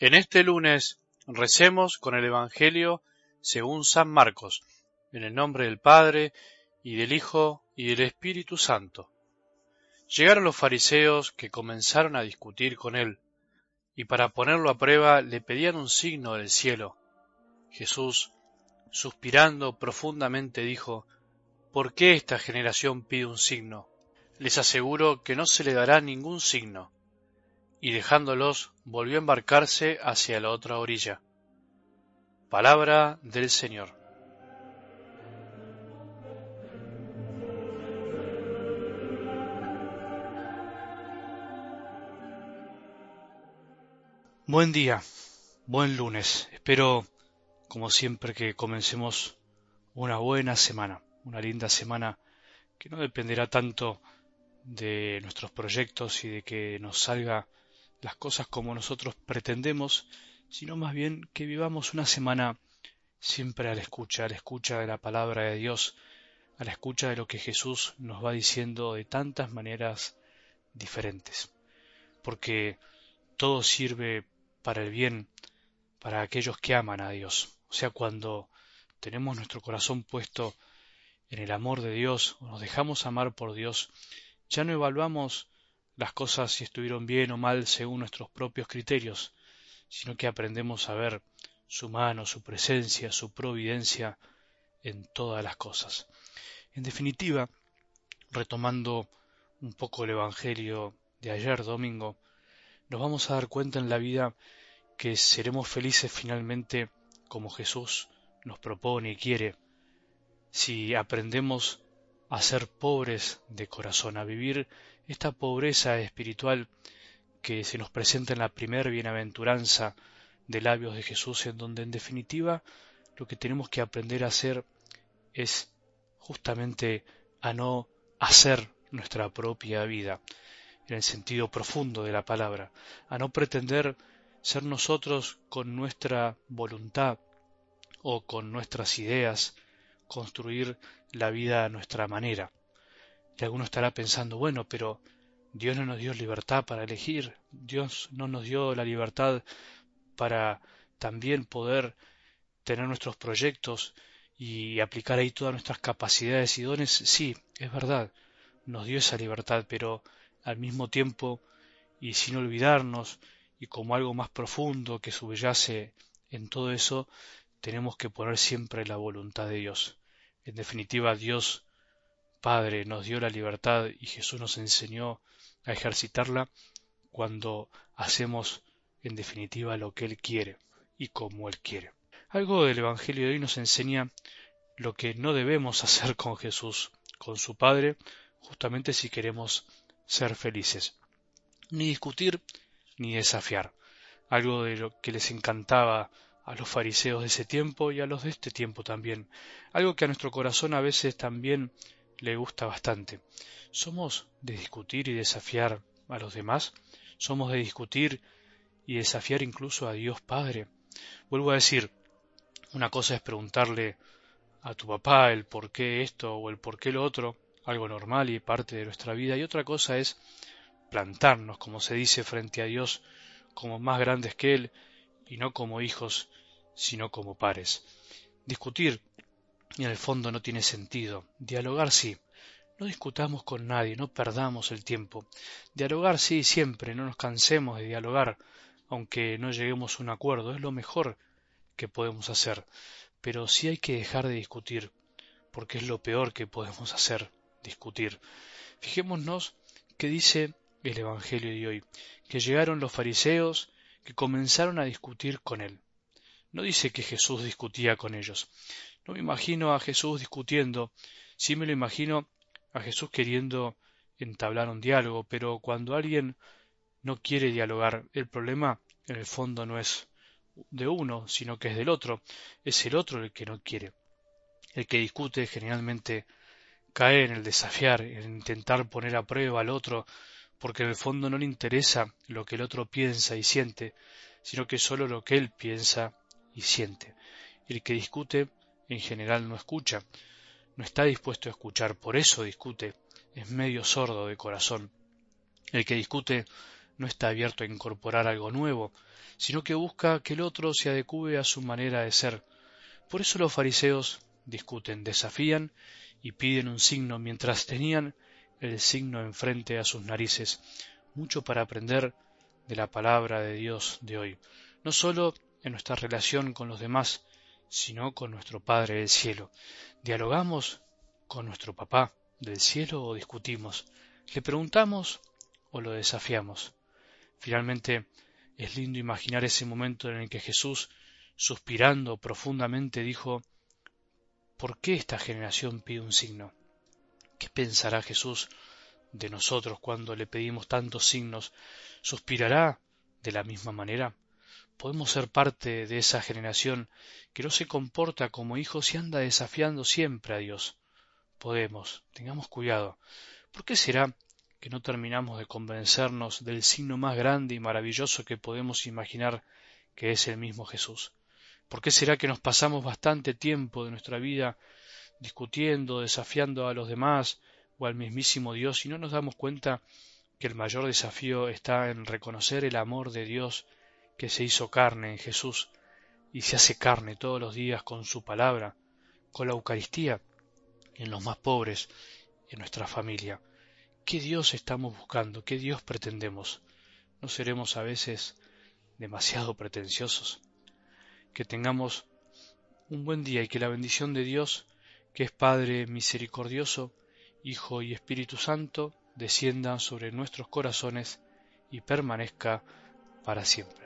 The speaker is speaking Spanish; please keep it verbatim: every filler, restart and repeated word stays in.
En este lunes recemos con el Evangelio según San Marcos, en el nombre del Padre, y del Hijo, y del Espíritu Santo. Llegaron los fariseos que comenzaron a discutir con él, y para ponerlo a prueba le pedían un signo del cielo. Jesús, suspirando profundamente, dijo: ¿Por qué esta generación pide un signo? Les aseguro que no se le dará ningún signo. Y dejándolos, volvió a embarcarse hacia la otra orilla. Palabra del Señor. Buen día, buen lunes. Espero, como siempre, que comencemos una buena semana, una linda semana que no dependerá tanto de nuestros proyectos y de que nos salga las cosas como nosotros pretendemos, sino más bien que vivamos una semana siempre a la escucha, a la escucha de la palabra de Dios, a la escucha de lo que Jesús nos va diciendo de tantas maneras diferentes, porque todo sirve para el bien, para aquellos que aman a Dios. O sea, cuando tenemos nuestro corazón puesto en el amor de Dios, o nos dejamos amar por Dios, ya no evaluamos las cosas si estuvieron bien o mal según nuestros propios criterios, sino que aprendemos a ver su mano, su presencia, su providencia en todas las cosas. En definitiva, retomando un poco el Evangelio de ayer domingo, nos vamos a dar cuenta en la vida que seremos felices finalmente como Jesús nos propone y quiere, si aprendemos a ser pobres de corazón, a vivir esta pobreza espiritual que se nos presenta en la primer bienaventuranza de labios de Jesús, en donde en definitiva lo que tenemos que aprender a hacer es justamente a no hacer nuestra propia vida, en el sentido profundo de la palabra, a no pretender ser nosotros con nuestra voluntad o con nuestras ideas, construir la vida a nuestra manera. Y alguno estará pensando, bueno, pero Dios no nos dio libertad para elegir, Dios no nos dio la libertad para también poder tener nuestros proyectos y aplicar ahí todas nuestras capacidades y dones. Sí, es verdad, nos dio esa libertad, pero al mismo tiempo, y sin olvidarnos, y como algo más profundo que subyace en todo eso, tenemos que poner siempre la voluntad de Dios. En definitiva, Dios Padre nos dio la libertad y Jesús nos enseñó a ejercitarla cuando hacemos en definitiva lo que Él quiere y como Él quiere. Algo del Evangelio de hoy nos enseña lo que no debemos hacer con Jesús, con su Padre, justamente si queremos ser felices. Ni discutir ni desafiar. Algo de lo que les encantaba a los fariseos de ese tiempo y a los de este tiempo también. Algo que a nuestro corazón a veces también le gusta bastante. ¿Somos de discutir y desafiar a los demás? ¿Somos de discutir y desafiar incluso a Dios Padre? Vuelvo a decir, una cosa es preguntarle a tu papá el por qué esto o el por qué lo otro, algo normal y parte de nuestra vida, y otra cosa es plantarnos, como se dice, frente a Dios como más grandes que Él, y no como hijos, sino como pares. Discutir, en el fondo, no tiene sentido. Dialogar sí. No discutamos con nadie, no perdamos el tiempo. Dialogar sí, siempre, no nos cansemos de dialogar, aunque no lleguemos a un acuerdo, es lo mejor que podemos hacer. Pero sí hay que dejar de discutir, porque es lo peor que podemos hacer, discutir. Fijémonos qué dice el Evangelio de hoy, que llegaron los fariseos que comenzaron a discutir con él. No dice que Jesús discutía con ellos. No me imagino a Jesús discutiendo, sí me lo imagino a Jesús queriendo entablar un diálogo, pero cuando alguien no quiere dialogar, el problema en el fondo no es de uno, sino que es del otro. Es el otro el que no quiere. El que discute generalmente cae en el desafiar, en intentar poner a prueba al otro, porque en el fondo no le interesa lo que el otro piensa y siente, sino que solo lo que él piensa y siente. El que discute en general no escucha, no está dispuesto a escuchar, por eso discute, es medio sordo de corazón. El que discute no está abierto a incorporar algo nuevo, sino que busca que el otro se adecúe a su manera de ser. Por eso los fariseos discuten, desafían y piden un signo mientras tenían el signo enfrente a sus narices. Mucho para aprender de la palabra de Dios de hoy, no solo en nuestra relación con los demás, sino con nuestro Padre del cielo. ¿Dialogamos con nuestro Papá del cielo o discutimos? ¿Le preguntamos o lo desafiamos? Finalmente, es lindo imaginar ese momento en el que Jesús, suspirando profundamente, dijo: ¿por qué esta generación pide un signo? ¿Qué pensará Jesús de nosotros cuando le pedimos tantos signos? ¿Suspirará de la misma manera? ¿Podemos ser parte de esa generación que no se comporta como hijos y anda desafiando siempre a Dios? Podemos, tengamos cuidado. ¿Por qué será que no terminamos de convencernos del signo más grande y maravilloso que podemos imaginar, que es el mismo Jesús? ¿Por qué será que nos pasamos bastante tiempo de nuestra vida discutiendo, desafiando a los demás o al mismísimo Dios y no nos damos cuenta que el mayor desafío está en reconocer el amor de Dios que se hizo carne en Jesús y se hace carne todos los días con su palabra, con la Eucaristía, en los más pobres, en nuestra familia? ¿Qué Dios estamos buscando? ¿Qué Dios pretendemos? ¿No seremos a veces demasiado pretenciosos? Que tengamos un buen día y que la bendición de Dios, que es Padre misericordioso, Hijo y Espíritu Santo, descienda sobre nuestros corazones y permanezca para siempre.